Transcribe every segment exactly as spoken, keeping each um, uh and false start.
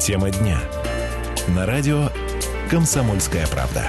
Тема дня. На радио «Комсомольская правда».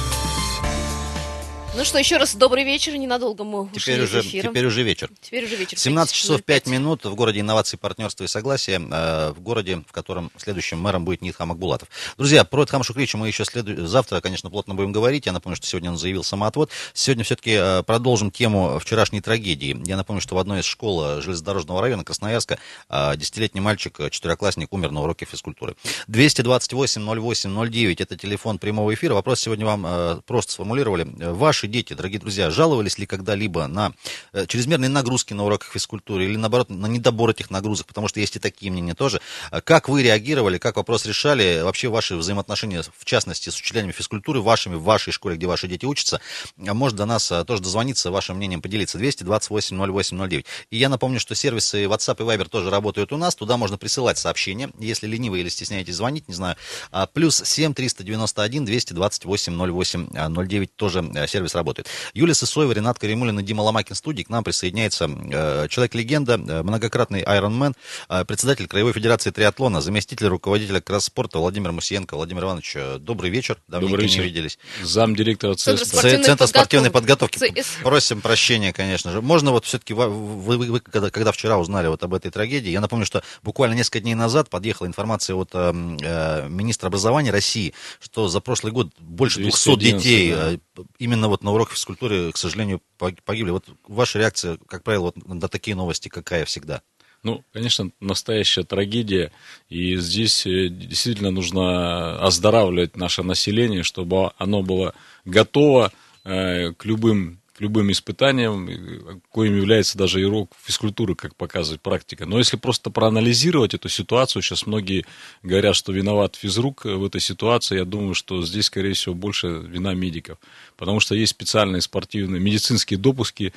Ну что, еще раз добрый вечер. Ненадолго мы теперь ушли уже, из эфира. Теперь уже вечер. Теперь уже вечер. семнадцать часов пять минут в городе инноваций, партнерства и согласия. Э, в городе, в котором следующим мэром будет Нидхам Акбулатов. Друзья, про Эдхама Шукрича мы еще следу... завтра, конечно, плотно будем говорить. Я напомню, что сегодня он заявил самоотвод. Сегодня все-таки э, продолжим тему вчерашней трагедии. Я напомню, что в одной из школ железнодорожного района Красноярска э, десятилетний мальчик, четвероклассник, умер на уроке физкультуры. двести двадцать восемь ноль восемь ноль девять это телефон прямого эфира. Вопрос сегодня вам э, просто сформулировали. Ваши дети, дорогие друзья, жаловались ли когда-либо на э, чрезмерные нагрузки на уроках физкультуры или, наоборот, на недобор этих нагрузок, потому что есть и такие мнения тоже. Как вы реагировали, как вопрос решали, вообще ваши взаимоотношения, в частности, с учителями физкультуры, вашими, в вашей школе, где ваши дети учатся, может до нас тоже дозвониться, вашим мнением поделиться. двести двадцать восемь ноль восемь ноль девять. И я напомню, что сервисы WhatsApp и Viber тоже работают у нас, туда можно присылать сообщения, если ленивы или стесняетесь звонить, не знаю. Плюс семь триста девяносто один двести двадцать восемь ноль восемь ноль девять тоже сервис работает. Юлия Сысоева, Ренат Каримуллин и Дима Ломакин в студии. К нам присоединяется э, человек-легенда, э, многократный айронмен, э, председатель Краевой Федерации триатлона, заместитель руководителя кросс-спорта Владимир Мусиенко. Владимир Иванович, э, добрый вечер. Давненько Добрый вечер. Не виделись. Замдиректора Центра ЦСП. спортивной, Центра спортивной подготовки. подготовки. Просим прощения, конечно же. Можно вот все-таки, вы, вы, вы когда, когда вчера узнали вот об этой трагедии, я напомню, что буквально несколько дней назад подъехала информация от э, э, министра образования России, что за прошлый год больше двухсот детей да. э, именно вот на уроках физкультуры, к сожалению, погибли. Вот ваша реакция, как правило, вот на такие новости какая всегда? Ну, конечно, настоящая трагедия, и здесь действительно нужно оздоравливать наше население, чтобы оно было готово э, к любым к любым испытаниям, коим является даже и урок физкультуры, как показывает практика. Но если просто проанализировать эту ситуацию, сейчас многие говорят, что виноват физрук в этой ситуации, я думаю, что здесь, скорее всего, больше вина медиков. Потому что есть специальные спортивные, медицинские допуски,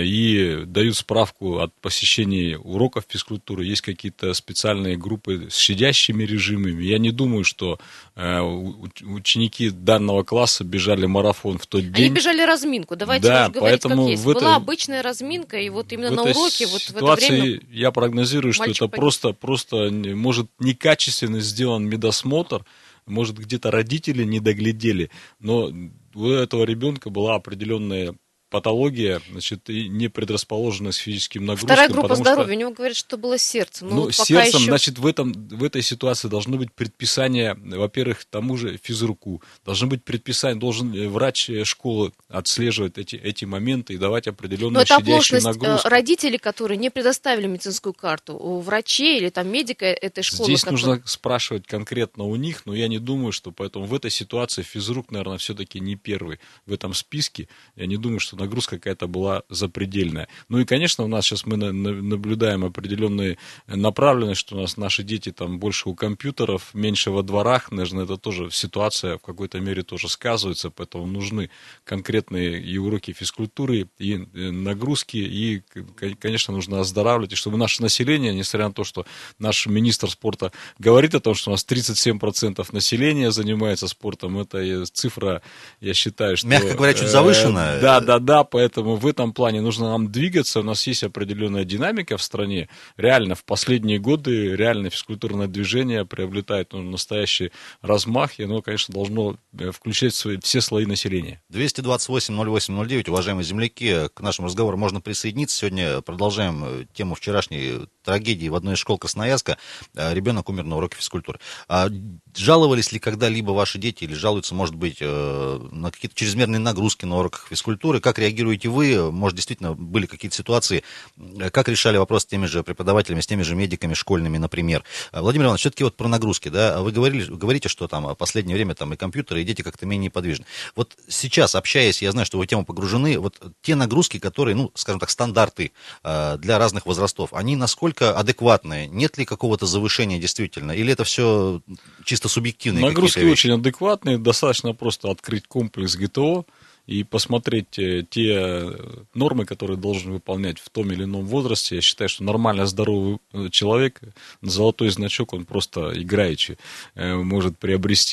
и дают справку от посещения уроков физкультуры. Есть какие-то специальные группы с щадящими режимами. Я не думаю, что ученики данного класса бежали марафон в тот день. Они бежали разминку, давайте да, уж говорить поэтому как есть. в этой, Была обычная разминка, и вот именно на уроке вот в это время я прогнозирую, что это просто, просто, может, некачественно сделан медосмотр, может, где-то родители не доглядели, но у этого ребенка была определенная патология, значит, и не предрасположенность к физическим нагрузкам. Вторая группа здоровья, что... у него говорят, что было сердце. Ну, вот сердцем, еще... значит, в, этом, в этой ситуации должно быть предписание, во-первых, тому же физруку, должно быть предписание, должен врач школы отслеживать эти, эти моменты и давать определенную щадящую нагрузку. Но это оплошность родителей, которые не предоставили медицинскую карту у врачей или там медика этой школы. Здесь который... нужно спрашивать конкретно у них, но я не думаю, что поэтому в этой ситуации физрук, наверное, все-таки не первый в этом списке. Я не думаю, что нагрузка какая-то была запредельная. Ну и, конечно, у нас сейчас мы на, на, наблюдаем определенную направленность, что у нас наши дети там больше у компьютеров, меньше во дворах. Наверное, это тоже ситуация в какой-то мере тоже сказывается, поэтому нужны конкретные и уроки физкультуры, и нагрузки, и, конечно, нужно оздоравливать, и чтобы наше население, несмотря на то, что наш министр спорта говорит о том, что у нас тридцать семь процентов населения занимается спортом, это цифра, я считаю, что... Мягко говоря, чуть завышенная. Э, да, да, да, поэтому Поэтому в этом плане нужно нам двигаться. У нас есть определенная динамика в стране. Реально в последние годы реально физкультурное движение приобретает ну, настоящий размах. И оно, конечно, должно включать свои, все слои населения. двести двадцать восемь ноль восемь ноль девять, уважаемые земляки, к нашему разговору можно присоединиться. Сегодня продолжаем тему вчерашней трагедии в одной из школ Красноярска. Ребенок умер на уроке физкультуры. Жаловались ли когда-либо ваши дети или жалуются, может быть, на какие-то чрезмерные нагрузки на уроках физкультуры? Как реагируете вы? Может, действительно были какие-то ситуации? Как решали вопрос с теми же преподавателями, с теми же медиками школьными, например? Владимир Иванович, все-таки вот про нагрузки, да? Вы говорили, говорите, что там в последнее время там и компьютеры, и дети как-то менее подвижны. Вот сейчас, общаясь, я знаю, что вы в тему погружены, вот те нагрузки, которые, ну, скажем так, стандарты для разных возрастов, они насколько адекватные? Нет ли какого-то завышения действительно? Или это все чисто субъективные нагрузки какие-то вещи? Очень адекватные, достаточно просто открыть комплекс ГТО и посмотреть те нормы, которые должен выполнять в том или ином возрасте. Я считаю, что нормально здоровый человек, золотой значок, он просто играючи может приобрести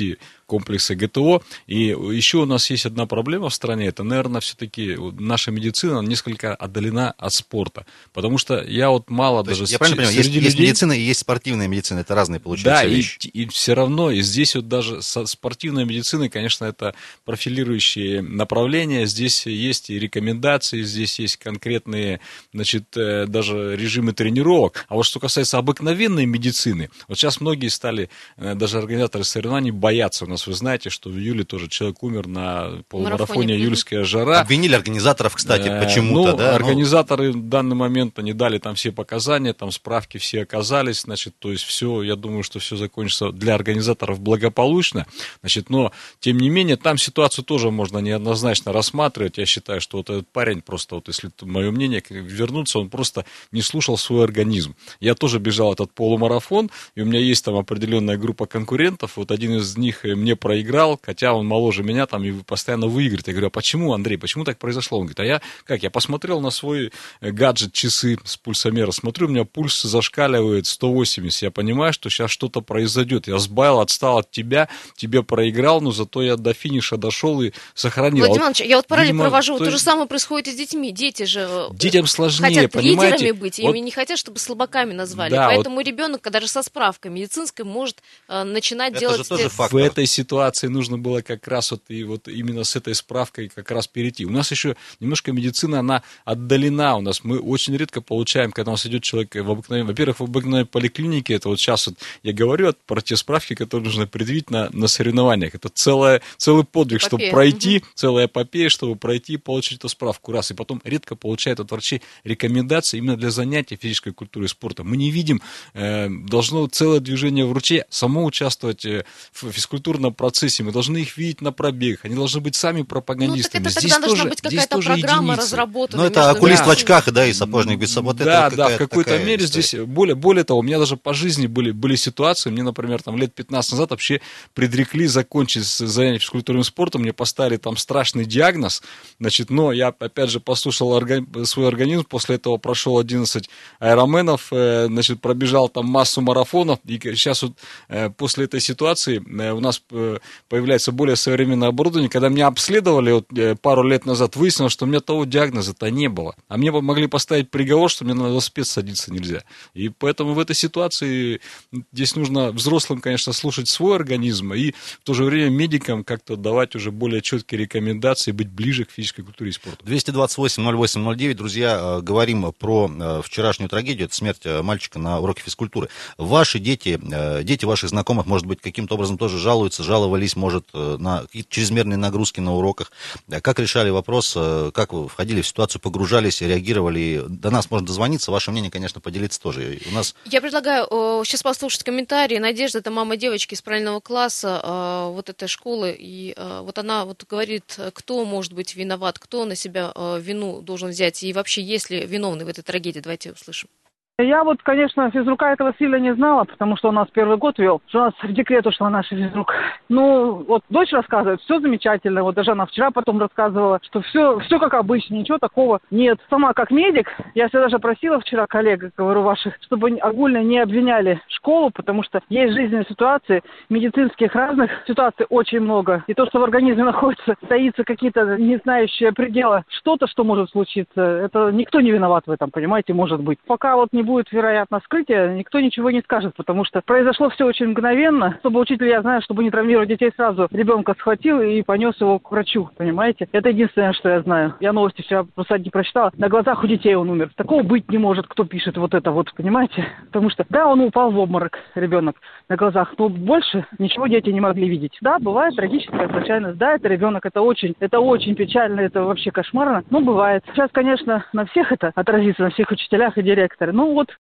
комплекса ГТО. И еще у нас есть одна проблема в стране, это, наверное, все-таки наша медицина несколько отдалена от спорта. Потому что я вот мало То даже... Есть, я правильно понимаю, есть, людей... есть медицина и есть спортивная медицина, это разные, получается, да, вещи. Да, и, и все равно, и здесь вот даже со спортивной медициной, конечно, это профилирующие направления, здесь есть и рекомендации, здесь есть конкретные, значит, даже режимы тренировок. А вот что касается обыкновенной медицины, вот сейчас многие стали, даже организаторы соревнований, бояться. У нас, вы знаете, что в июле тоже человек умер на полумарафоне «Июльская жара». Обвинили организаторов, кстати, почему-то, ну, да? Организаторы в данный момент, они дали там все показания, там справки все оказались, значит, то есть все, я думаю, что все закончится для организаторов благополучно, значит, но, тем не менее, там ситуацию тоже можно неоднозначно рассматривать. Я считаю, что вот этот парень просто, вот если мое мнение вернуться, он просто не слушал свой организм. Я тоже бежал этот полумарафон, и у меня есть там определенная группа конкурентов, вот один из них мне проиграл, хотя он моложе меня там и постоянно выиграет. Я говорю, а почему, Андрей, почему так произошло? Он говорит, а я, как, я посмотрел на свой гаджет, часы с пульсомера, смотрю, у меня пульс зашкаливает сто восемьдесят, я понимаю, что сейчас что-то произойдет. Я сбавил, отстал от тебя, тебе проиграл, но зато я до финиша дошел и сохранил. Владимир Иванович, я вот параллель видимо, провожу, вот то, то же самое происходит и с детьми. Дети же детям сложнее, хотят понимаете? лидерами быть, вот, ими не хотят, чтобы слабаками назвали. Да, поэтому вот, ребенок, даже со справкой медицинской, может э, начинать это делать... же тоже фактор. В этой ситуации нужно было как раз вот, и вот именно с этой справкой как раз перейти. У нас еще немножко медицина, она отдалена у нас. Мы очень редко получаем, когда у нас идет человек в обыкновенной... Во-первых, в обыкновенной поликлинике, это вот сейчас вот я говорю про те справки, которые нужно предъявить на, на соревнованиях. Это целое, целый подвиг, эпопея. Чтобы пройти, угу. целая эпопея, чтобы пройти и получить эту справку. Раз. И потом редко получают от врачей рекомендации именно для занятия физической культурой и спортом. Мы не видим, э, должно целое движение врачей само участвовать в физкультурном процессе. Мы должны их видеть на пробегах. Они должны быть сами пропагандистами. Ну, так это здесь тогда тоже, должна быть какая-то программа единицы. разработана. Ну, это окулист в очках, да, и сапожник без сапог. Да, да, в какой-то мере история. Здесь, более, более того, у меня даже по жизни были, были ситуации, мне, например, там лет пятнадцать назад вообще предрекли закончить занятие физкультурным спортом, мне поставили там страшный диагноз, значит, но я, опять же, послушал органи- свой организм, после этого прошел одиннадцать аэроменов, э, значит, пробежал там массу марафонов, и сейчас вот э, после этой ситуации э, у нас э, появляется более современное оборудование, когда меня обследовали вот, э, пару лет назад, выяснилось, что у меня того диагноза-то не было, а мне могли поставить приговор, что мне на велосипед садиться нельзя, и поэтому в этой ситуации здесь нужно взрослым, конечно, слушать свой организм, и в то же время медикам как-то давать уже более четкие рекомендации, быть ближе к физической культуре и спорту. двести двадцать восемь ноль восемь ноль девять, друзья, говорим про вчерашнюю трагедию, это смерть мальчика на уроке физкультуры. Ваши дети, дети ваших знакомых, может быть, каким-то образом тоже жалуются, жаловались, может, на чрезмерные нагрузки на уроках. Как решали вопрос, как вы входили в ситуацию, погружались, реагировали? До нас можно дозвониться, ваше мнение, конечно, поделиться тоже. У нас... Я предлагаю сейчас послушать комментарии. Надежда, это мама девочки из параллельного класса вот этой школы, и вот она вот говорит, кто может быть виноват, кто на себя вину должен взять, и вообще, есть ли виновный в этой трагедии. Давайте услышим. Я вот, конечно, физрука этого сильно не знала, потому что он нас первый год вел, что у нас в декрет ушла наша физрук. Ну, вот дочь рассказывает, все замечательно, вот даже она вчера потом рассказывала, что все, все как обычно, ничего такого нет. Сама как медик, я всегда же просила вчера коллег, говорю, ваших, чтобы огульно не обвиняли школу, потому что есть жизненные ситуации, медицинских разных ситуаций очень много. И то, что в организме находится, таится какие-то не знающие предела, что-то, что может случиться, это никто не виноват в этом, понимаете, может быть. Пока вот не будет, вероятно, вскрытия, никто ничего не скажет, потому что произошло все очень мгновенно. Чтобы учитель, я знаю, чтобы не травмировать детей, сразу ребенка схватил и понес его к врачу, понимаете? Это единственное, что я знаю. Я новости вчера просто не прочитала. На глазах у детей он умер. Такого быть не может, кто пишет вот это вот, понимаете? Потому что, да, он упал в обморок, ребенок, на глазах, но больше ничего дети не могли видеть. Да, бывает трагическая случайность, да, это ребенок, это очень, это очень печально, это вообще кошмарно, но бывает. Сейчас, конечно, на всех это отразится, на всех учителях и директорах. Ну, вот.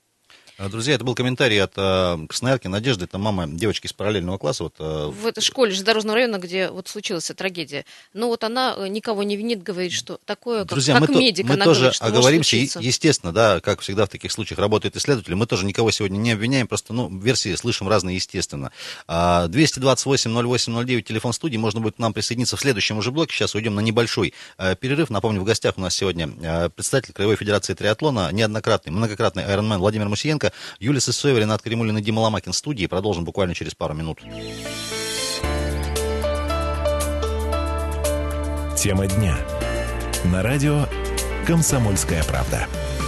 Друзья, это был комментарий от э, красноярки Надежды, это мама девочки из параллельного класса. Вот, э, в этой школе железнодорожного района, где вот случилась трагедия. Но вот она никого не винит, говорит, что такое, как, Друзья, как мы медик, то, мы она тоже говорит, что оговоримся, может случиться. Естественно, да, как всегда в таких случаях работают исследователи, мы тоже никого сегодня не обвиняем, просто, ну, версии слышим разные, естественно. двести двадцать восемь ноль восемь ноль девять, телефон студии, можно будет к нам присоединиться в следующем уже блоке, сейчас уйдем на небольшой э, перерыв. Напомню, в гостях у нас сегодня э, представитель Краевой Федерации триатлона, неоднократный, многократный айронмен Владимир Мусиенко, Юлия Сысоева, Ренат Каримуллин и Дима Ломакин в студии. Продолжим буквально через пару минут. Тема дня. На радио «Комсомольская правда».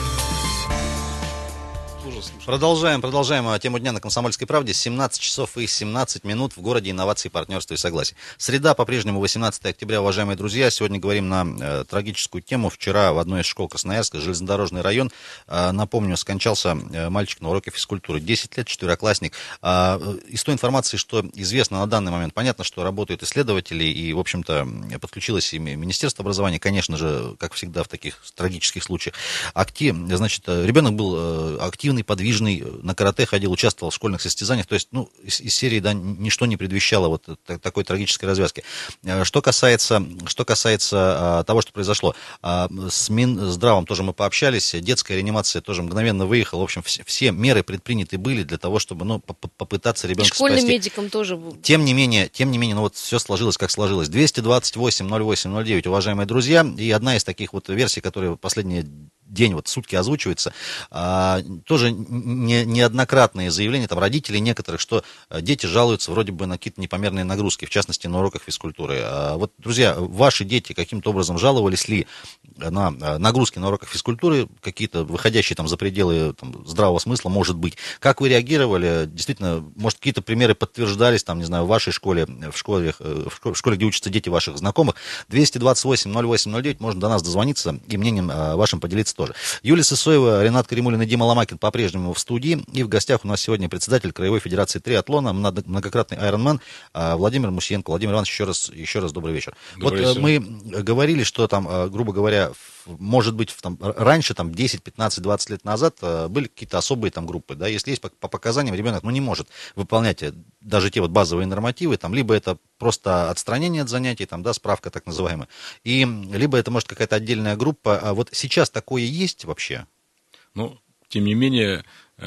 Продолжаем, продолжаем тему дня на «Комсомольской правде». семнадцать часов и семнадцать минут в городе инноваций, партнерства и согласия. Среда, по-прежнему восемнадцатое октября, уважаемые друзья. Сегодня говорим на э, трагическую тему. Вчера в одной из школ Красноярска, железнодорожный район, э, напомню, скончался э, мальчик на уроке физкультуры. десять лет, четвероклассник. Э, из той информации, что известно на данный момент, понятно, что работают исследователи и, в общем-то, подключилось и Министерство образования, конечно же, как всегда в таких трагических случаях. Актив, значит, ребенок был э, активный, подвижный, на карате ходил, участвовал в школьных состязаниях, то есть, ну, из, из серии, да, ничто не предвещало вот такой трагической развязки. Что касается, что касается а, того, что произошло, а, с Минздравом тоже мы пообщались, детская реанимация тоже мгновенно выехала, в общем, все, все меры предприняты были для того, чтобы, ну, попытаться ребенка спасти. И школьным медикам тоже. Тем не менее, тем не менее, ну, вот все сложилось, как сложилось. двести двадцать восемь ноль восемь ноль девять, уважаемые друзья, и одна из таких вот версий, которая последние день, вот сутки озвучивается, а, тоже не, неоднократные заявления там, родителей некоторых, что дети жалуются вроде бы на какие-то непомерные нагрузки, в частности, на уроках физкультуры. А, вот, друзья, ваши дети каким-то образом жаловались ли на нагрузки на уроках физкультуры, какие-то выходящие там, за пределы там, здравого смысла, может быть? Как вы реагировали? Действительно, может, какие-то примеры подтверждались, там, не знаю, в вашей школе, в школе, в школе, в школе где учатся дети ваших знакомых? двести двадцать восемь ноль восемь ноль девять, можно до нас дозвониться и мнением вашим поделиться тоже. Юлия Сысоева, Ренат Каримуллин и Дима Ломакин по-прежнему в студии. И в гостях у нас сегодня председатель Краевой Федерации триатлона, многократный айронмен Владимир Мусиенко. Владимир Иванович, еще раз, еще раз добрый вечер. Добрый вот вечер. Мы говорили, что там, грубо говоря, может быть, там, раньше, там, десять, пятнадцать, двадцать лет назад были какие-то особые там группы, да, если есть по, по показаниям ребенок, ну, не может выполнять даже те вот базовые нормативы, там, либо это просто отстранение от занятий, там, да, справка так называемая, и либо это может какая-то отдельная группа. А вот сейчас такое есть вообще? Ну, тем не менее,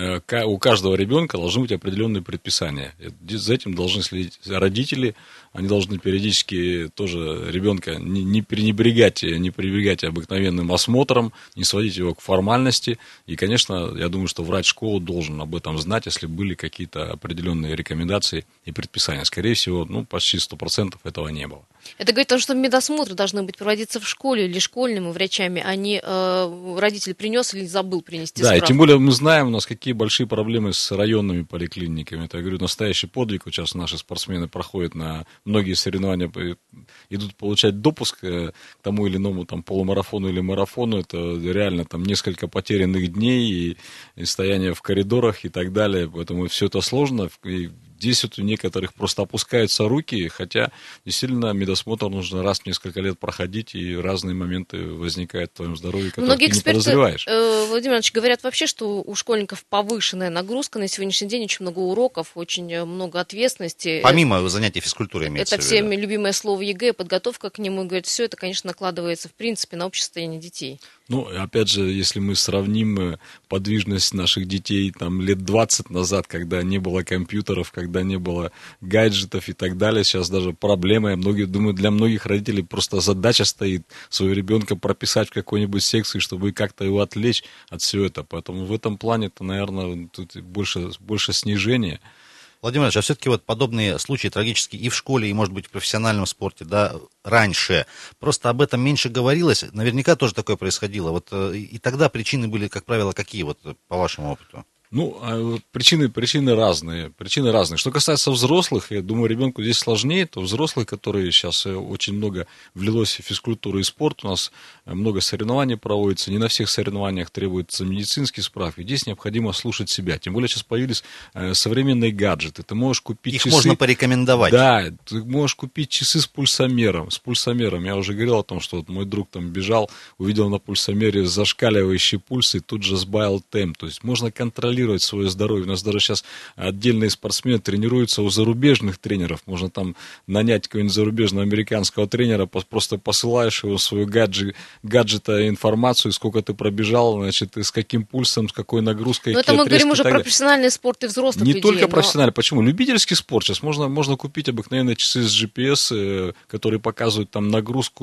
у каждого ребенка должны быть определенные предписания. За этим должны следить родители. Они должны периодически тоже ребенка не пренебрегать, не пренебрегать обыкновенным осмотром, не сводить его к формальности. И, конечно, я думаю, что врач школы должен об этом знать, если были какие-то определенные рекомендации и предписания. Скорее всего, ну, почти сто процентов этого не было. Это говорит о том, что медосмотры должны быть проводиться в школе или школьными врачами, а не э, родитель принес или забыл принести да, справку. И тем более мы знаем, у нас какие большие проблемы с районными поликлиниками. Это, я говорю, настоящий подвиг. Вот сейчас наши спортсмены проходят на многие соревнования, идут получать допуск к тому или иному там, полумарафону или марафону. Это реально там несколько потерянных дней и, и стояние в коридорах и так далее. Поэтому все это сложно. И здесь вот у некоторых просто опускаются руки, хотя действительно медосмотр нужно раз в несколько лет проходить, и разные моменты возникают в твоем здоровье, которые Многие ты не эксперты, подозреваешь. Э, Владимир Иванович, говорят вообще, что у школьников повышенная нагрузка на сегодняшний день, очень много уроков, очень много ответственности. Помимо занятий физкультурой имеется в виду. Это всеми любимое слово ЕГЭ, подготовка к нему, говорят, все это, конечно, накладывается в принципе на общее состояние детей. Ну, опять же, если мы сравним подвижность наших детей там, лет двадцать назад, когда не было компьютеров, когда не было гаджетов и так далее, сейчас даже проблема, я многие, думаю, для многих родителей просто задача стоит своего ребенка прописать в какой-нибудь секции, чтобы как-то его отвлечь от всего этого. Поэтому в этом плане, это, наверное, тут больше, больше снижения. Владимир Ильич, а все-таки вот подобные случаи трагические и в школе, и, может быть, в профессиональном спорте, да, раньше, просто об этом меньше говорилось, наверняка тоже такое происходило. Вот и тогда причины были, как правило, какие, вот по вашему опыту? Ну, причины, причины разные, причины разные. Что касается взрослых, я думаю, ребенку здесь сложнее, то взрослых, которые сейчас очень много влилось в физкультуру и спорт, у нас много соревнований проводится, не на всех соревнованиях требуются медицинские справки, здесь необходимо слушать себя. Тем более сейчас появились современные гаджеты, ты можешь купить Их часы. Их можно порекомендовать. Да, ты можешь купить часы с пульсомером, с пульсомером. Я уже говорил о том, что вот мой друг там бежал, увидел на пульсомере зашкаливающий пульс и тут же сбавил темп. То есть можно контролировать свое здоровье. У нас даже сейчас отдельные спортсмены тренируются у зарубежных тренеров. Можно там нанять какого-нибудь зарубежного американского тренера, просто посылаешь его свою гаджет, гаджета информацию, сколько ты пробежал, значит, с каким пульсом, с какой нагрузкой. Но это мы говорим уже про профессиональный спорт и взрослых Не людей. только но... профессиональный. Почему? Любительский спорт. Сейчас можно, можно купить обыкновенные часы с джи пи эс, которые показывают там нагрузку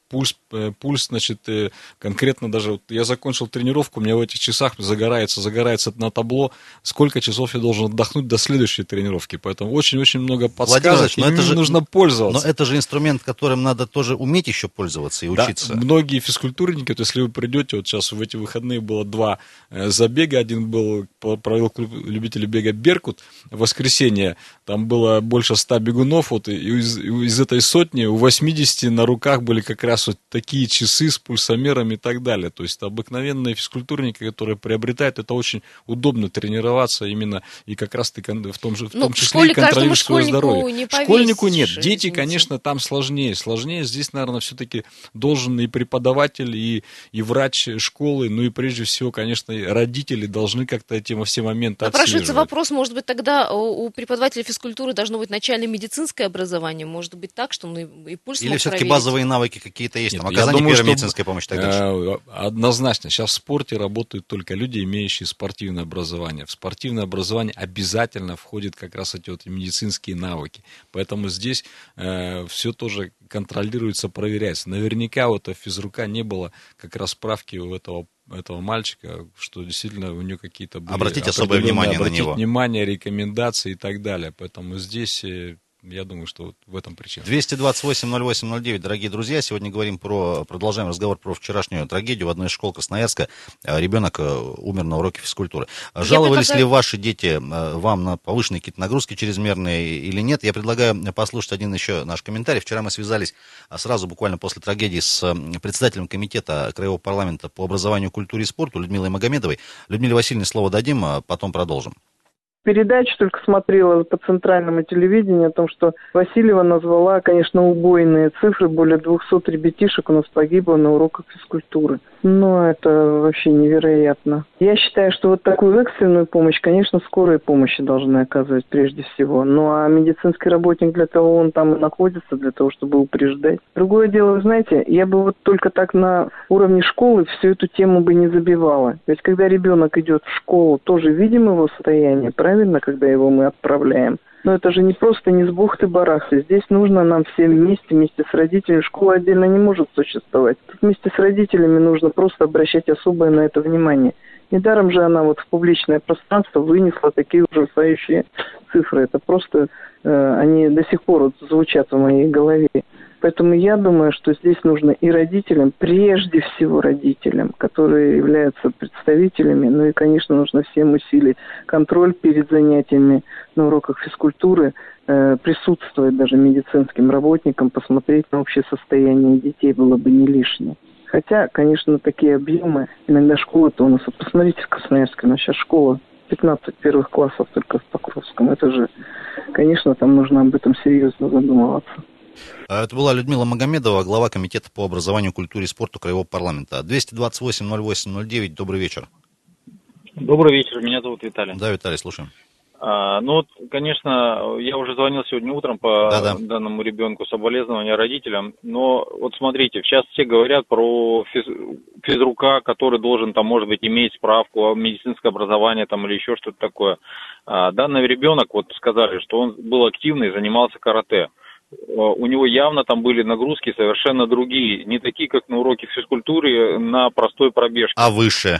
пульс, пульс, значит, конкретно даже, вот я закончил тренировку, у меня в этих часах загорается, загорается на табло, сколько часов я должен отдохнуть до следующей тренировки, поэтому очень-очень много подсказок, и это же, нужно пользоваться. Но это же инструмент, которым надо тоже уметь еще пользоваться и учиться. Да, многие физкультурники, вот если вы придете, вот сейчас в эти выходные было два забега, один был, провел клуб любителей бега «Беркут», в воскресенье, там было больше ста бегунов, вот, и из, из этой сотни у восьмидесяти на руках были как раз вот такие часы с пульсомерами и так далее. То есть обыкновенные физкультурники, которые приобретают, это очень удобно тренироваться именно и как раз ты в том же в том ну, числе и контролируешь свое здоровье. Не школьнику нет, же, дети, извините. конечно, там сложнее. Сложнее здесь, наверное, все-таки должен и преподаватель, и, и врач школы, ну и прежде всего, конечно, и родители должны как-то эти все моменты отслеживать. Напрашивается вопрос, может быть, тогда у преподавателя физкультуры должно быть начальное медицинское образование, может быть так, что он и, и пульс Или мог все-таки проверить. базовые навыки какие-то есть, Нет, там, оказание думаю, первой что, медицинской помощи и так дальше. Однозначно. Сейчас в спорте работают только люди, имеющие спортивное образование. В спортивное образование обязательно входят как раз эти вот медицинские навыки. Поэтому здесь э, все тоже контролируется, проверяется. Наверняка вот у физрука не было как раз справки у этого этого мальчика, что действительно у него какие-то были... Обратите особое внимание на него. внимание, рекомендации и так далее. Поэтому здесь... Я думаю, что вот в этом причина. двести двадцать восемь ноль восемь ноль девять, дорогие друзья, сегодня говорим про, продолжаем разговор про вчерашнюю трагедию в одной из школ Красноярска. Ребенок умер на уроке физкультуры. Жаловались предлагаю... ли ваши дети вам на повышенные какие-то нагрузки чрезмерные или нет? Я предлагаю послушать один еще наш комментарий. Вчера мы связались сразу, буквально после трагедии, с председателем комитета Краевого парламента по образованию, культуре и спорту Людмилой Магомедовой. Людмиле Васильевне слово дадим, а потом продолжим. Передачу только смотрела по центральному телевидению о том, что Васильева назвала, конечно, убойные цифры. Более двухсот ребятишек у нас погибло на уроках физкультуры. Но это вообще невероятно. Я считаю, что вот такую экстренную помощь, конечно, скорая помощь должны оказывать прежде всего. Ну а медицинский работник для того он там и находится, для того, чтобы упреждать. Другое дело, вы знаете, я бы вот только так на уровне школы всю эту тему бы не забивала. Ведь когда ребенок идет в школу, тоже видим его состояние, правильно? Правильно, когда его мы отправляем. Но это же не просто не с бухты-барахты. Здесь нужно нам всем вместе, вместе с родителями. Школа отдельно не может существовать. Тут вместе с родителями нужно просто обращать особое на это внимание. Недаром же она вот в публичное пространство вынесла такие ужасающие цифры. Это просто, э, они до сих пор вот звучат в моей голове. Поэтому я думаю, что здесь нужно и родителям, прежде всего родителям, которые являются представителями, ну и, конечно, нужно всем усилить контроль перед занятиями на уроках физкультуры, э, присутствовать даже медицинским работникам, посмотреть на общее состояние детей было бы не лишнее. Хотя, конечно, такие объемы, иногда школы-то у нас, вот посмотрите, в Красноярске, у нас сейчас школа, пятнадцать первых классов только в Покровском, это же, конечно, там нужно об этом серьезно задумываться. Это была Людмила Магомедова, глава комитета по образованию, культуре и спорту Краевого парламента. двести двадцать восемь ноль восемь ноль девять, добрый вечер. Добрый вечер, меня зовут Виталий. Да, Виталий, слушаем. А, ну, вот, конечно, я уже звонил сегодня утром по Да-да. данному ребенку, соболезнования родителям, но вот смотрите, сейчас все говорят про физ, физрука, который должен, там, может быть, иметь справку о медицинское образование там, или еще что-то такое. А, данный ребенок, вот сказали, что он был активный, занимался карате. У него явно там были нагрузки совершенно другие, не такие, как на уроке физкультуры на простой пробежке. А выше?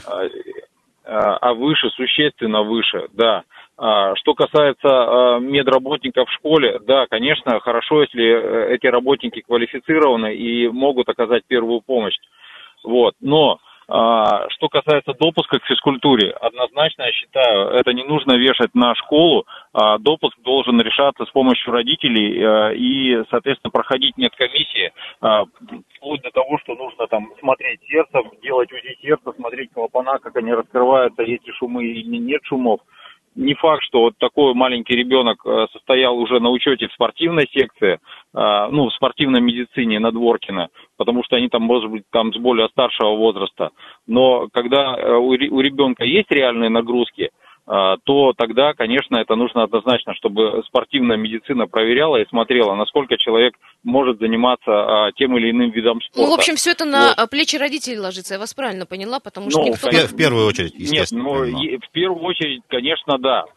А, а выше, существенно выше, да. А, что касается а, медработников в школе, да, конечно, хорошо, если эти работники квалифицированы и могут оказать первую помощь. Вот, но... А, что касается допуска к физкультуре, однозначно я считаю, это не нужно вешать на школу, а допуск должен решаться с помощью родителей а, и, соответственно, проходить медкомиссии, а, вплоть до того, что нужно там смотреть сердце, делать УЗИ сердца, смотреть клапана, как они раскрываются, есть ли шумы или нет шумов. Не факт, что вот такой маленький ребенок состоял уже на учете в спортивной секции, ну, в спортивной медицине на Дворкина, потому что они там, может быть, там с более старшего возраста. Но когда у ребенка есть реальные нагрузки, то тогда, конечно, это нужно однозначно, чтобы спортивная медицина проверяла и смотрела, насколько человек может заниматься тем или иным видом спорта. Ну, в общем, все это на вот. плечи родителей ложится, я вас правильно поняла, потому что ну, никто... В, в первую очередь, естественно. Нет, ну, в первую очередь, конечно, да. То есть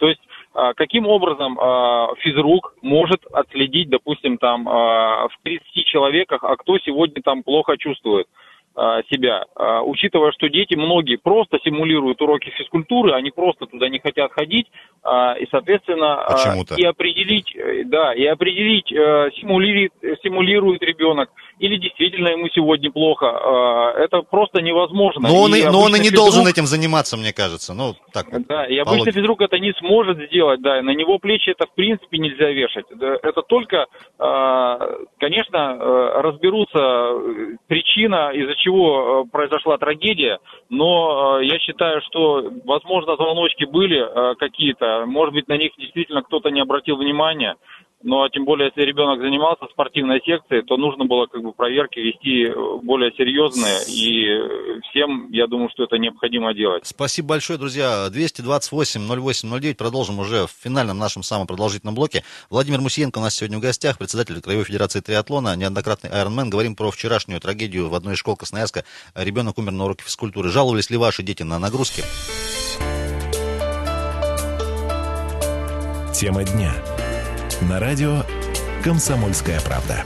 Каким образом физрук может отследить, допустим, там в тридцати человеках, а кто сегодня там плохо чувствует себя, учитывая, что дети многие просто симулируют уроки физкультуры, они просто туда не хотят ходить, и, соответственно, Почему-то. и определить, да, и определить, симулирует, симулирует ребенок, или действительно ему сегодня плохо, это просто невозможно. Но он и, но он и не физрук, должен этим заниматься, мне кажется. Ну, так вот, да, и обычно физрук это не сможет сделать, да, и на него плечи это в принципе нельзя вешать. Это только, конечно, разберутся причина, из-за чего произошла трагедия, но я считаю, что, возможно, звоночки были какие-то, может быть, на них действительно кто-то не обратил внимания. Но тем более, если ребенок занимался в спортивной секции, то нужно было как бы проверки вести более серьезные, и всем, я думаю, что это необходимо делать. Спасибо большое, друзья. двести двадцать восемь ноль восемь ноль девять. Продолжим уже в финальном нашем самом продолжительном блоке. Владимир Мусиенко у нас сегодня в гостях, председатель Краевой Федерации триатлона, неоднократный айронмен. Говорим про вчерашнюю трагедию в одной из школ Красноярска. Ребенок умер на уроке физкультуры. Жаловались ли ваши дети на нагрузки? Тема дня. На радио «Комсомольская правда».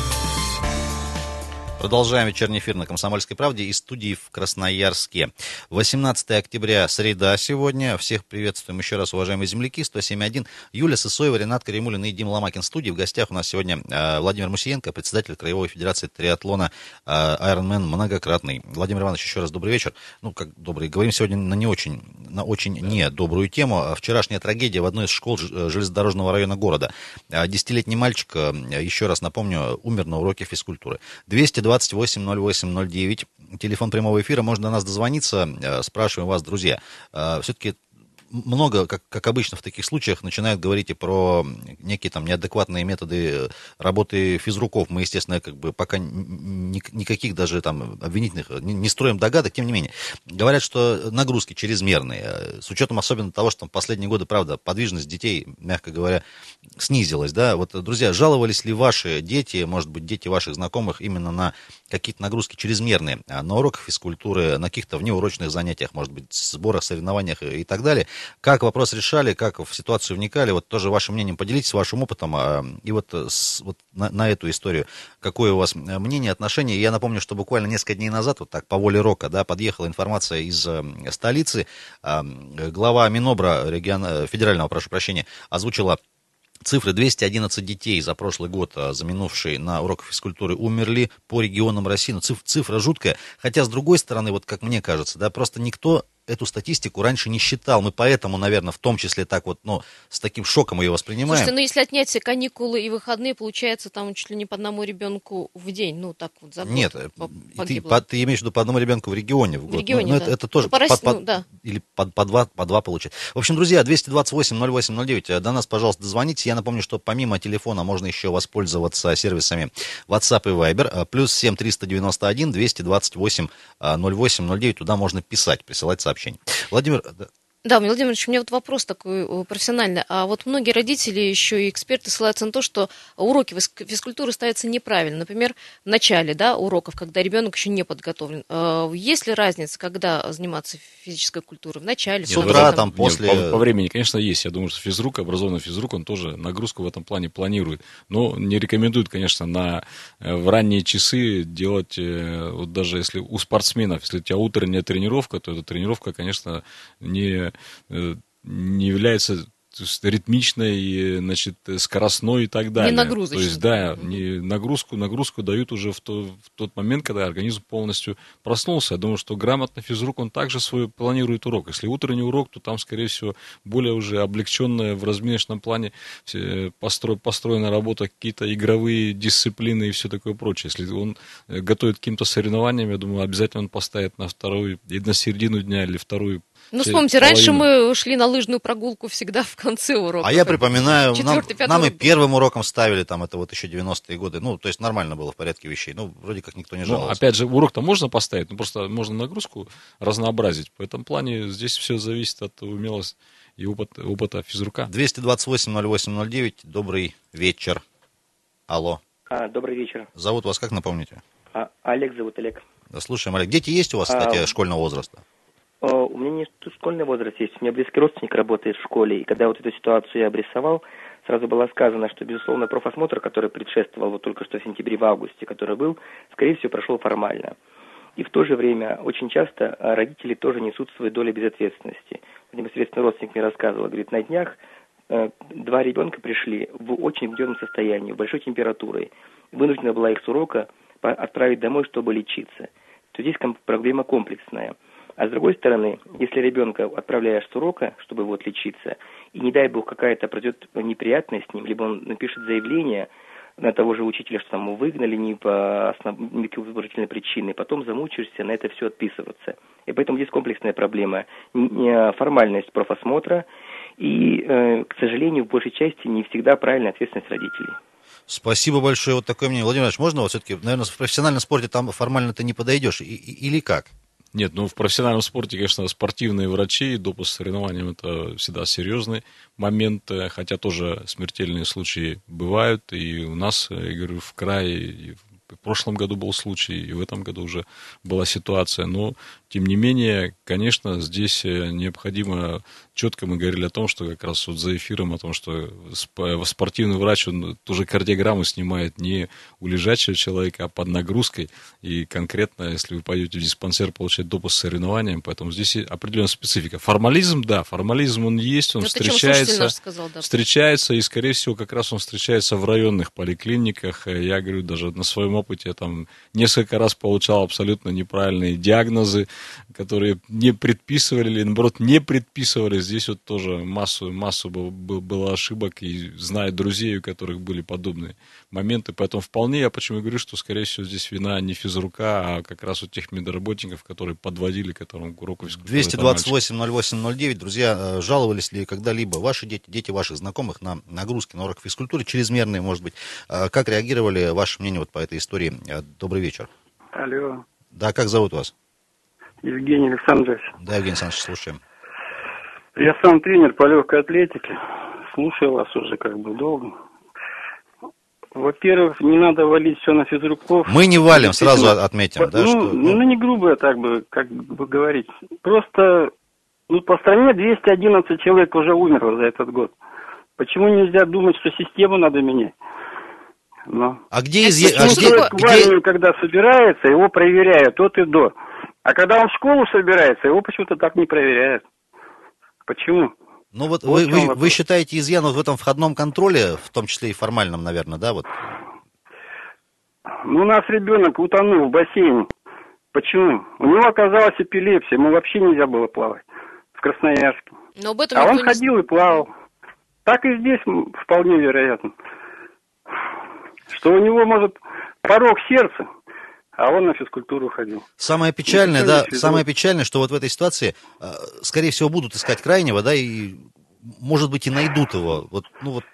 Продолжаем вечерний эфир на «Комсомольской правде» из студии в Красноярске. восемнадцатое октября, среда сегодня. Всех приветствуем еще раз, уважаемые земляки. сто семь один. Юлия Сысоева, Ренат Каримулин и Дима Ломакин в студии. В гостях у нас сегодня э, Владимир Мусиенко, председатель Краевой Федерации триатлона, э, айронмен многократный. Владимир Иванович, еще раз добрый вечер. Ну, как добрый. Говорим сегодня на не очень, на очень не добрую тему. Вчерашняя трагедия в одной из школ железнодорожного района города. Десятилетний мальчик, еще раз напомню, умер на уроке физкультуры. двести двадцать восемь ноль восемь ноль девять, телефон прямого эфира, можно до нас дозвониться, спрашиваем вас, друзья, все-таки много, как, как обычно в таких случаях, начинают говорить и про некие там неадекватные методы работы физруков. Мы, естественно, как бы пока ни, никаких даже там обвинительных не, не строим догадок, тем не менее. Говорят, что нагрузки чрезмерные, с учетом особенно того, что в последние годы, правда, подвижность детей, мягко говоря, снизилась, да. Вот, друзья, жаловались ли ваши дети, может быть, дети ваших знакомых именно на какие-то нагрузки чрезмерные, на уроках физкультуры, на каких-то внеурочных занятиях, может быть, сборах, соревнованиях и так далее? Как вопрос решали, как в ситуацию вникали, вот тоже вашим мнением поделитесь, вашим опытом, а, и вот, с, вот на, на эту историю, какое у вас мнение, отношение. Я напомню, что буквально несколько дней назад, вот так, по воле рока, да, подъехала информация из э, столицы, э, глава Минобра, регион, федерального, прошу прощения, озвучила цифры: двести одиннадцать детей за прошлый год, за минувший, на уроках физкультуры умерли по регионам России. Ну, цифра, цифра жуткая, хотя, с другой стороны, вот как мне кажется, да, просто никто эту статистику раньше не считал. Мы поэтому, наверное, в том числе так вот, ну, с таким шоком ее воспринимаем. Слушайте, ну если отнять все каникулы и выходные, получается там чуть ли не по одному ребенку в день, ну так вот за год. Нет, ты, по, ты имеешь в виду по одному ребенку в регионе в год. В регионе, ну, да. это, это тоже по, по, по, ну, да. Или по, по, два, по два получается. В общем, друзья, двести двадцать восемь ноль восемь ноль девять, до нас, пожалуйста, дозвоните. Я напомню, что помимо телефона можно еще воспользоваться сервисами WhatsApp и Viber. Плюс семь триста девяносто один двести двадцать восемь ноль восемь ноль девять. Туда можно писать, присылать сообщения. Владимир... Да, Владимир Владимирович, у меня вот вопрос такой профессиональный. А вот многие родители, еще и эксперты, ссылаются на то, что уроки физкультуры ставятся неправильно. Например, в начале, да, уроков, когда ребенок еще не подготовлен. Есть ли разница, когда заниматься физической культурой? В начале? С утра, там, после... Нет, по, по времени, конечно, есть. Я думаю, что физрук, образованный физрук, он тоже нагрузку в этом плане планирует. Но не рекомендует, конечно, на, в ранние часы делать, вот даже если у спортсменов, если у тебя утренняя тренировка, то эта тренировка, конечно, не... не является ритмичной, значит, скоростной и так далее. Не нагрузочной. То есть, да, не нагрузку, нагрузку дают уже в, то, в тот момент, когда организм полностью проснулся. Я думаю, что грамотный физрук, он также свой планирует урок. Если утренний урок, то там, скорее всего, более уже облегченная в разминочном плане постро, построена работа, какие-то игровые дисциплины и все такое прочее. Если он готовит к каким-то соревнованиям, я думаю, обязательно он поставит на вторую, или на середину дня, или вторую. Ну, вспомните, раньше мы шли на лыжную прогулку всегда в конце урока. А я припоминаю, Четвертый, нам, нам и урок первым уроком ставили, там, это вот еще девяностые годы. Ну, то есть нормально было в порядке вещей. Ну, вроде как никто не жаловался. Ну, опять же, урок-то можно поставить, но просто можно нагрузку разнообразить. В этом плане здесь все зависит от умелости и опыта, опыта физрука. двести двадцать восемь ноль восемь ноль девять, добрый вечер. Алло. А, добрый вечер. Зовут вас как, напомните? А, Олег зовут, Олег. Да, слушаем, Олег. Дети есть у вас, кстати, а, школьного возраста? У у меня не школьный возраст есть, у меня близкий родственник работает в школе, и когда вот эту ситуацию я обрисовал, сразу было сказано, что, безусловно, профосмотр, который предшествовал вот только что в сентябре, в августе, который был, скорее всего, прошел формально. И в то же время очень часто родители тоже несут свою долю безответственности. Непосредственно родственник мне рассказывал, говорит, на днях э, два ребенка пришли в очень вредном состоянии, с большой температурой. Вынуждена была их с урока отправить домой, чтобы лечиться. То здесь проблема комплексная. А с другой стороны, если ребенка отправляешь с урока, чтобы вот лечиться, и не дай бог какая-то пройдет неприятность с ним, либо он напишет заявление на того же учителя, что там его выгнали не по уважительной причине, потом замучаешься на это все отписываться. И поэтому здесь комплексная проблема. Формальность профосмотра и, к сожалению, в большей части не всегда правильная ответственность родителей. Спасибо большое. Вот такое мнение. Владимир Иванович, можно вот все-таки, наверное, в профессиональном спорте там формально ты не подойдешь, и, и, или как? Нет, ну в профессиональном спорте, конечно, спортивные врачи, допуск к соревнованиям — это всегда серьезный момент, хотя тоже смертельные случаи бывают, и у нас, я говорю, в крае, и в прошлом году был случай, и в этом году уже была ситуация, но, тем не менее, конечно, здесь необходимо, четко мы говорили о том, что как раз вот за эфиром, о том, что спортивный врач, он тоже кардиограмму снимает не у лежачего человека, а под нагрузкой, и конкретно, если вы пойдете в диспансер получать допуск к соревнованиям, поэтому здесь определенная специфика. Формализм, да, формализм он есть, он это встречается, сказал, да. встречается, и, скорее всего, как раз он встречается в районных поликлиниках. Я говорю, даже на своем опыте, я там несколько раз получал абсолютно неправильные диагнозы, которые не предписывали, или, наоборот, не предписывали. Здесь вот тоже массу, массу было, было ошибок, и знаю друзей, у которых были подобные моменты. Поэтому вполне, я почему говорю, что, скорее всего, здесь вина не физрука, а как раз у тех медработников, которые подводили к этому уроку физкультуры. двести двадцать восемь ноль восемь ноль девять. Друзья, жаловались ли когда-либо ваши дети, дети ваших знакомых на нагрузки на урок физкультуры, чрезмерные, может быть? Как реагировали? Ваше мнение вот по этой истории? Добрый вечер. Алло. Да, как зовут вас? Евгений Александрович. Да, Евгений Александрович, слушаем. Я сам тренер по легкой атлетике. Слушаю вас уже как бы долго. Во-первых, не надо валить все на физруков. Мы не валим, сразу отметим. Ну, да, что, ну, ну, не грубо так бы, как бы говорить. Просто ну, по стране двести одиннадцать человек уже умерло за этот год. Почему нельзя думать, что систему надо менять? Но. А где из... А где... Человек в армию, когда собирается, его проверяют от и до. А когда он в школу собирается, его почему-то так не проверяют. Почему? Ну вот, вот вы, вы, вы считаете изъян вот в этом входном контроле, в том числе и формальном, наверное, да? Вот? Ну, у нас ребенок утонул в бассейне. Почему? У него оказалась эпилепсия, ему вообще нельзя было плавать в Красноярске. Но об этом а он не... ходил и плавал. Так и здесь вполне вероятно. Что у него, может, порог сердца, а он на физкультуру ходил. Самое печальное, да, самое печальное, что вот в этой ситуации, скорее всего, будут искать крайнего, да, и, может быть, и найдут его. Вот, ну вот.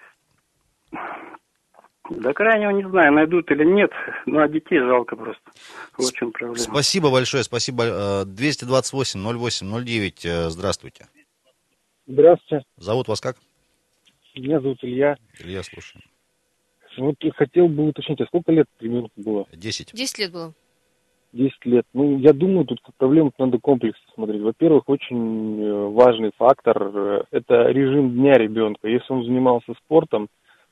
Да крайнего не знаю, найдут или нет, ну а детей жалко просто. Вот в чем проблема. Спасибо большое, спасибо. двести двадцать восемь ноль восемь ноль девять, здравствуйте. Здравствуйте. Зовут вас как? Меня зовут Илья. Илья, слушаю. Вот хотел бы уточнить, а сколько лет примерно было? Десять. Десять лет было. Десять лет. Ну, я думаю, тут проблему надо комплексно смотреть. Во-первых, очень важный фактор – это режим дня ребенка. Если он занимался спортом,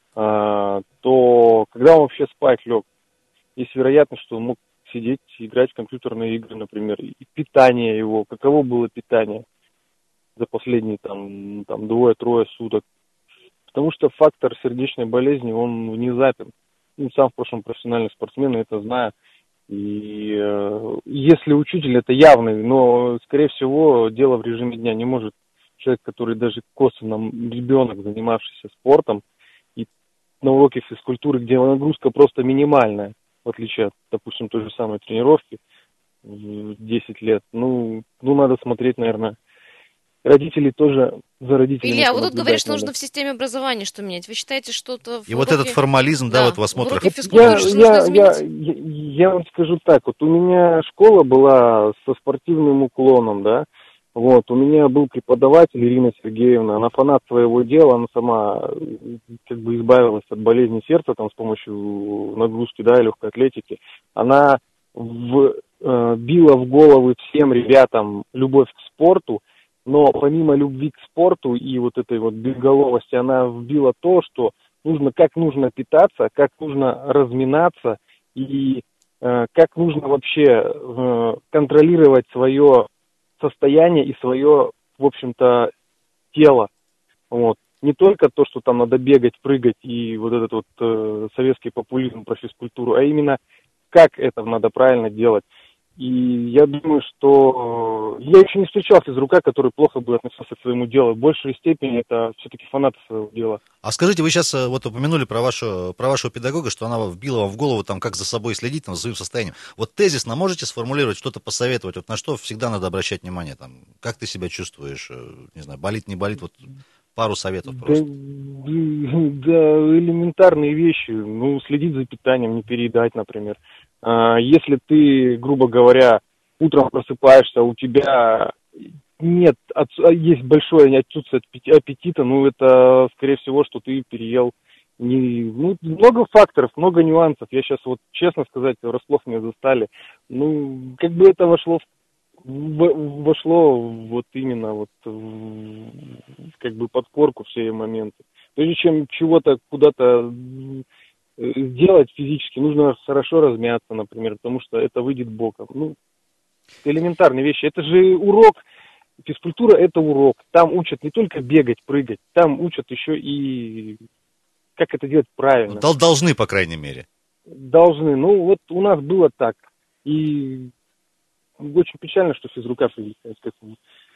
то когда он вообще спать лег, есть вероятность, что он мог сидеть и играть в компьютерные игры, например. И питание его, каково было питание за последние там, там двое-трое суток. Потому что фактор сердечной болезни, он внезапен. Ну, сам в прошлом профессиональный спортсмен, это знаю. И э, если учитель, это явный, но, скорее всего, дело в режиме дня. Не может человек, который даже косвенно ребенок, занимавшийся спортом, и на уроке физкультуры, где нагрузка просто минимальная, в отличие от, допустим, той же самой тренировки в десять лет, ну, ну надо смотреть, наверное, родители тоже за родителями. Илья, вот тут говоришь, что нужно в системе образования что менять. Вы считаете, что-то... И вот этот формализм, да, да вот в осмотрах. Я, я, я, я, я вам скажу так, вот у меня школа была со спортивным уклоном, да, вот, у меня был преподаватель Ирина Сергеевна, она фанат своего дела, она сама как бы избавилась от болезни сердца там с помощью нагрузки, да, и легкой атлетики. Она в э, била в головы всем ребятам любовь к спорту, но помимо любви к спорту и вот этой вот безголовости, она вбила то, что нужно, как нужно питаться, как нужно разминаться и э, как нужно вообще э, контролировать свое состояние и свое, в общем-то, тело. Вот. Не только то, что там надо бегать, прыгать и вот этот вот э, советский популизм про физкультуру, а именно как это надо правильно делать. И я думаю, что я еще не встречал физрука, который плохо бы относился к своему делу. В большей степени это все-таки фанаты своего дела. А скажите, вы сейчас вот упомянули про, вашу, про вашего педагога, что она вбила вам в голову, там, как за собой следить, там, за своим состоянием. Вот тезисно можете сформулировать, что-то посоветовать, вот на что всегда надо обращать внимание? Там, как ты себя чувствуешь, не знаю, болит, не болит, вот пару советов просто. Да, да, элементарные вещи, ну, следить за питанием, не переедать, например. Если ты, грубо говоря, утром просыпаешься, у тебя нет, есть большое отсутствие аппетита, ну, это, скорее всего, что ты переел. Не, ну, много факторов, много нюансов. Я сейчас, вот, честно сказать, врасплох меня застали. Ну, как бы это вошло в вошло вот именно вот в, как бы под корку все моменты. Прежде чем чего-то куда-то сделать физически, нужно хорошо размяться, например, потому что это выйдет боком. Ну, элементарные вещи. Это же урок. Физкультура – это урок. Там учат не только бегать, прыгать, там учат еще и как это делать правильно. Дол- должны, по крайней мере. Должны. Ну, вот у нас было так. И очень печально, что физрука привлекают к этому.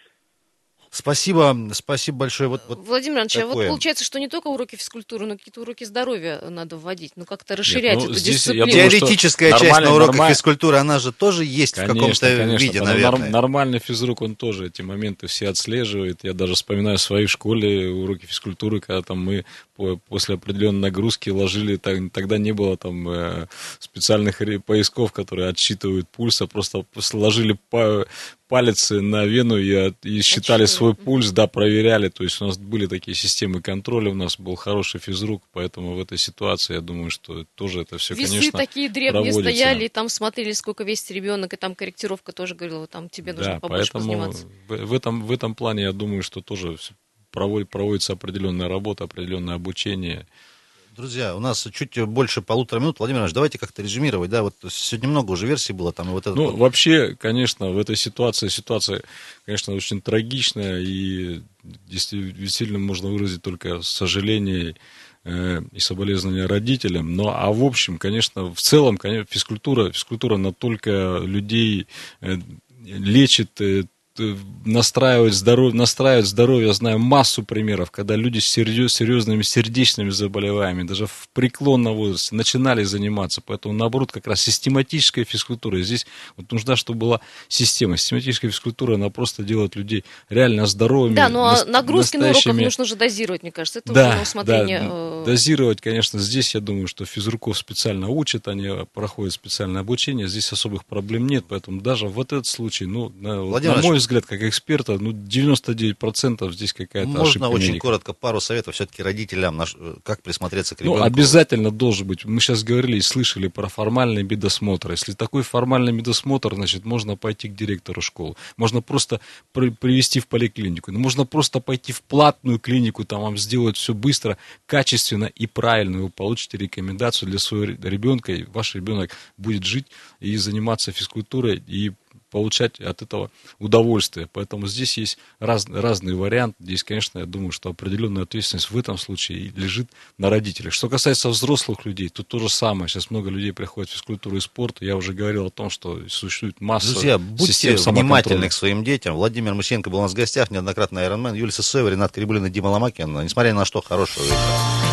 Спасибо, спасибо большое. Вот, вот Владимир Иванович, такое. а вот получается, что не только уроки физкультуры, но какие-то уроки здоровья надо вводить, ну как-то расширять Нет, ну, эту здесь, дисциплину. думаю, теоретическая часть на уроках нормаль... физкультуры, она же тоже есть конечно, в каком-то конечно, виде, наверное. Нар- нормальный физрук, он тоже эти моменты все отслеживает. Я даже вспоминаю в своей школе уроки физкультуры, когда там мы по, после определенной нагрузки ложили, так, тогда не было там э, специальных поясков, которые отсчитывают пульс, а просто ложили по палец на вену и, и считали а свой пульс, да, проверяли. То есть у нас были такие системы контроля, у нас был хороший физрук, поэтому в этой ситуации, я думаю, что тоже это все, Весы конечно, такие древние проводится. стояли, и там смотрели, сколько весит ребенок, и там корректировка тоже говорила, там тебе нужно да, побольше поэтому позаниматься. В, в, этом, в этом плане, я думаю, что тоже проводит, проводится определенная работа, определенное обучение. Друзья, у нас чуть больше полутора минут. Владимир Иванович, давайте как-то резюмировать. Да, вот сегодня много уже версий было. Там, и вот это ну, вот... вообще, конечно, в этой ситуации, ситуация, конечно, очень трагичная, и действительно можно выразить только сожаление э, и соболезнования родителям. Но, а в общем, конечно, в целом, конечно, физкультура, физкультура, она только людей э, лечит, э, настраивать здоровье, настраивать здоровье, я знаю массу примеров, когда люди с серьез, серьезными сердечными заболеваниями, даже в преклонном возрасте, начинали заниматься. Поэтому, наоборот, как раз систематическая физкультура. Здесь вот нужна, чтобы была система. Систематическая физкультура, она просто делает людей реально здоровыми. Да, но на, нагрузки настоящими... на уроках нужно же дозировать, мне кажется. Это да, уже на усмотрение. Да, дозировать, конечно, здесь, я думаю, что физруков специально учат, они проходят специальное обучение, здесь особых проблем нет, поэтому даже в этот случай, ну, на, вот, на мой взгляд, как эксперта, ну, девяносто девять процентов здесь какая-то Можно ошибка. очень медика. коротко пару советов все-таки родителям, как присмотреться к ребенку? Ну, обязательно должен быть. Мы сейчас говорили и слышали про формальный медосмотр. Если такой формальный медосмотр, значит, можно пойти к директору школы. Можно просто при- привести в поликлинику. Ну, можно просто пойти в платную клинику, там вам сделают все быстро, качественно и правильно. Вы получите рекомендацию для своего ребенка, и ваш ребенок будет жить и заниматься физкультурой, и получать от этого удовольствие. Поэтому здесь есть раз, разный вариант. Здесь, конечно, я думаю, что определенная ответственность в этом случае лежит на родителях. Что касается взрослых людей, тут то же самое. Сейчас много людей приходят в физкультуру и спорт. Я уже говорил о том, что существует масса Друзья, будьте систем внимательны к своим детям. Владимир Мусенко был у нас в гостях, неоднократно Ironman, Юлия Сысоева, Ренат Крибулин и Дима Ломакин. Несмотря ни на что, хорошего вечера.